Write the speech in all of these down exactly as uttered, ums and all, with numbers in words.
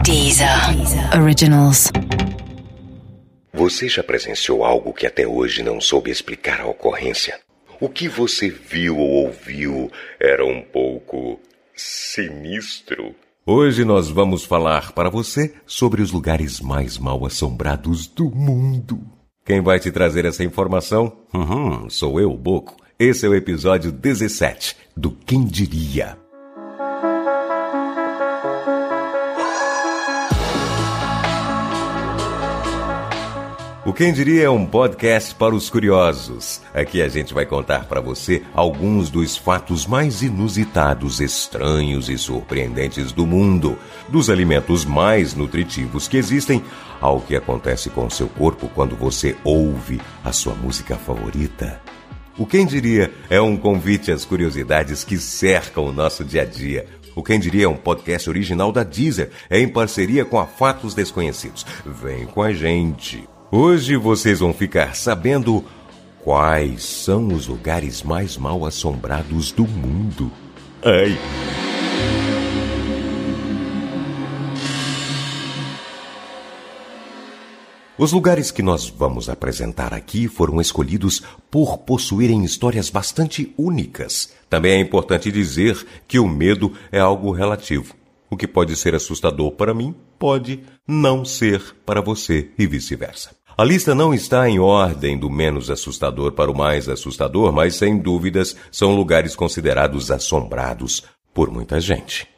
Deezer Originals. Você já presenciou algo que até hoje não soube explicar a ocorrência? O que você viu ou ouviu era um pouco sinistro? Hoje nós vamos falar para você sobre os lugares mais mal assombrados do mundo. Quem vai te trazer essa informação? Uhum, sou eu, Boco. Esse é o episódio dezessete do Quem Diria. O Quem Diria é um podcast para os curiosos. Aqui a gente vai contar para você alguns dos fatos mais inusitados, estranhos e surpreendentes do mundo. Dos alimentos mais nutritivos que existem, ao que acontece com o seu corpo quando você ouve a sua música favorita. O Quem Diria é um convite às curiosidades que cercam o nosso dia a dia. O Quem Diria é um podcast original da Deezer, é em parceria com a Fatos Desconhecidos. Vem com a gente! Hoje vocês vão ficar sabendo quais são os lugares mais mal assombrados do mundo. Ai! Os lugares que nós vamos apresentar aqui foram escolhidos por possuírem histórias bastante únicas. Também é importante dizer que o medo é algo relativo. O que pode ser assustador para mim, pode não ser para você e vice-versa. A lista não está em ordem do menos assustador para o mais assustador, mas sem dúvidas são lugares considerados assombrados por muita gente.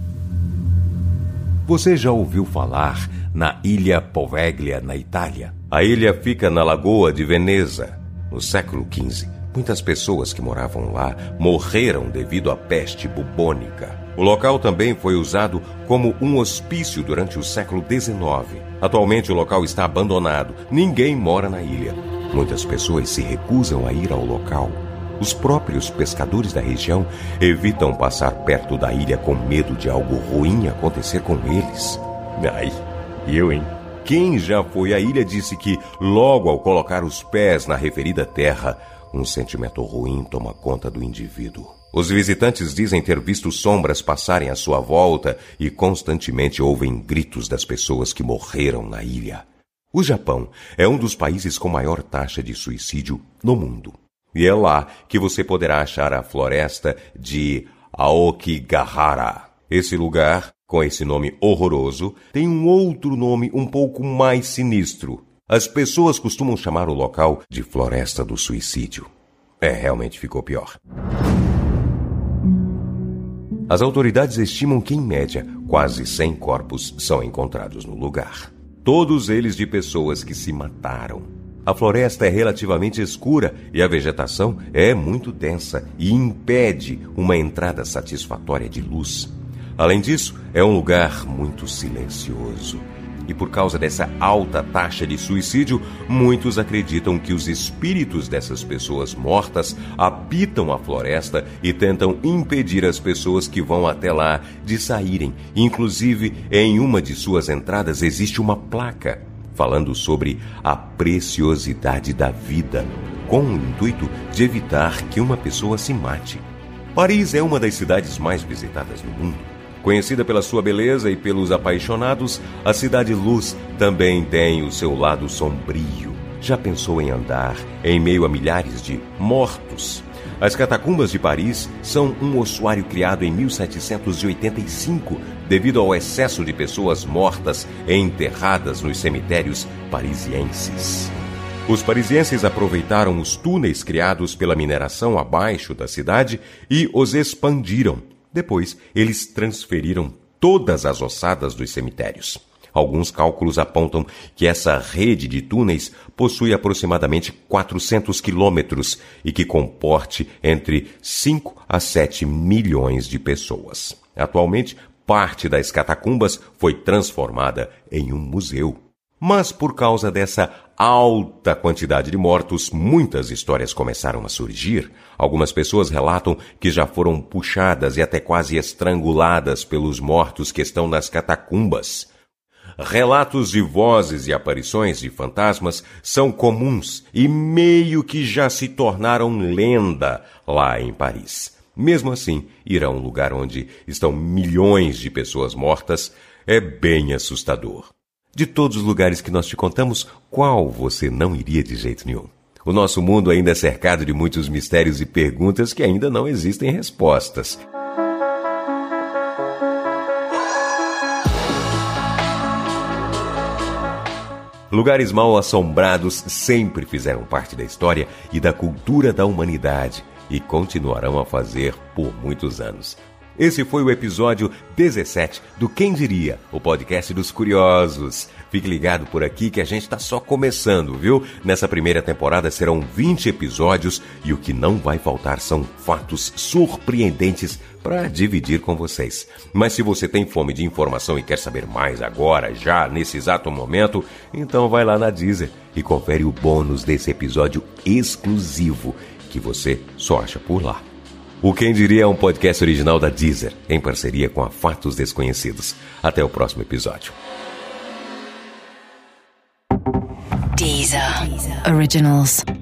Você já ouviu falar na Ilha Poveglia, na Itália? A ilha fica na Lagoa de Veneza. No século quinze, muitas pessoas que moravam lá morreram devido à peste bubônica. O local também foi usado como um hospício durante o século dezenove. Atualmente o local está abandonado. Ninguém mora na ilha. Muitas pessoas se recusam a ir ao local. Os próprios pescadores da região evitam passar perto da ilha com medo de algo ruim acontecer com eles. Ai, eu, hein? Quem já foi à ilha disse que, logo ao colocar os pés na referida terra, um sentimento ruim toma conta do indivíduo. Os visitantes dizem ter visto sombras passarem à sua volta e constantemente ouvem gritos das pessoas que morreram na ilha. O Japão é um dos países com maior taxa de suicídio no mundo. E é lá que você poderá achar a floresta de Aokigahara. Esse lugar, com esse nome horroroso, tem um outro nome um pouco mais sinistro. As pessoas costumam chamar o local de Floresta do Suicídio. É, realmente ficou pior. As autoridades estimam que, em média, quase cem corpos são encontrados no lugar. Todos eles de pessoas que se mataram. A floresta é relativamente escura e a vegetação é muito densa e impede uma entrada satisfatória de luz. Além disso, é um lugar muito silencioso. E por causa dessa alta taxa de suicídio, muitos acreditam que os espíritos dessas pessoas mortas habitam a floresta e tentam impedir as pessoas que vão até lá de saírem. Inclusive, em uma de suas entradas existe uma placa falando sobre a preciosidade da vida, com o intuito de evitar que uma pessoa se mate. Paris é uma das cidades mais visitadas do mundo. Conhecida pela sua beleza e pelos apaixonados, a Cidade Luz também tem o seu lado sombrio. Já pensou em andar em meio a milhares de mortos? As catacumbas de Paris são um ossuário criado em mil setecentos e oitenta e cinco devido ao excesso de pessoas mortas enterradas nos cemitérios parisienses. Os parisienses aproveitaram os túneis criados pela mineração abaixo da cidade e os expandiram. Depois, eles transferiram todas as ossadas dos cemitérios. Alguns cálculos apontam que essa rede de túneis possui aproximadamente quatrocentos quilômetros e que comporte entre cinco a sete milhões de pessoas. Atualmente, parte das catacumbas foi transformada em um museu. Mas por causa dessa alta quantidade de mortos, muitas histórias começaram a surgir. Algumas pessoas relatam que já foram puxadas e até quase estranguladas pelos mortos que estão nas catacumbas. Relatos de vozes e aparições de fantasmas são comuns e meio que já se tornaram lenda lá em Paris. Mesmo assim, ir a um lugar onde estão milhões de pessoas mortas É bem assustador. De todos os lugares que nós te contamos, qual você não iria de jeito nenhum? O nosso mundo ainda é cercado de muitos mistérios e perguntas que ainda não existem respostas. Lugares mal assombrados sempre fizeram parte da história e da cultura da humanidade e continuarão a fazer por muitos anos. Esse foi o episódio dezessete do Quem Diria, o podcast dos curiosos. Fique ligado por aqui que a gente está só começando, viu? Nessa primeira temporada serão vinte episódios e o que não vai faltar são fatos surpreendentes para dividir com vocês. Mas se você tem fome de informação e quer saber mais agora, já nesse exato momento, então vai lá na Deezer e confere o bônus desse episódio exclusivo que você só acha por lá. O Quem Diria é um podcast original da Deezer, em parceria com a Fatos Desconhecidos. Até o próximo episódio. Deezer. Deezer. Originals.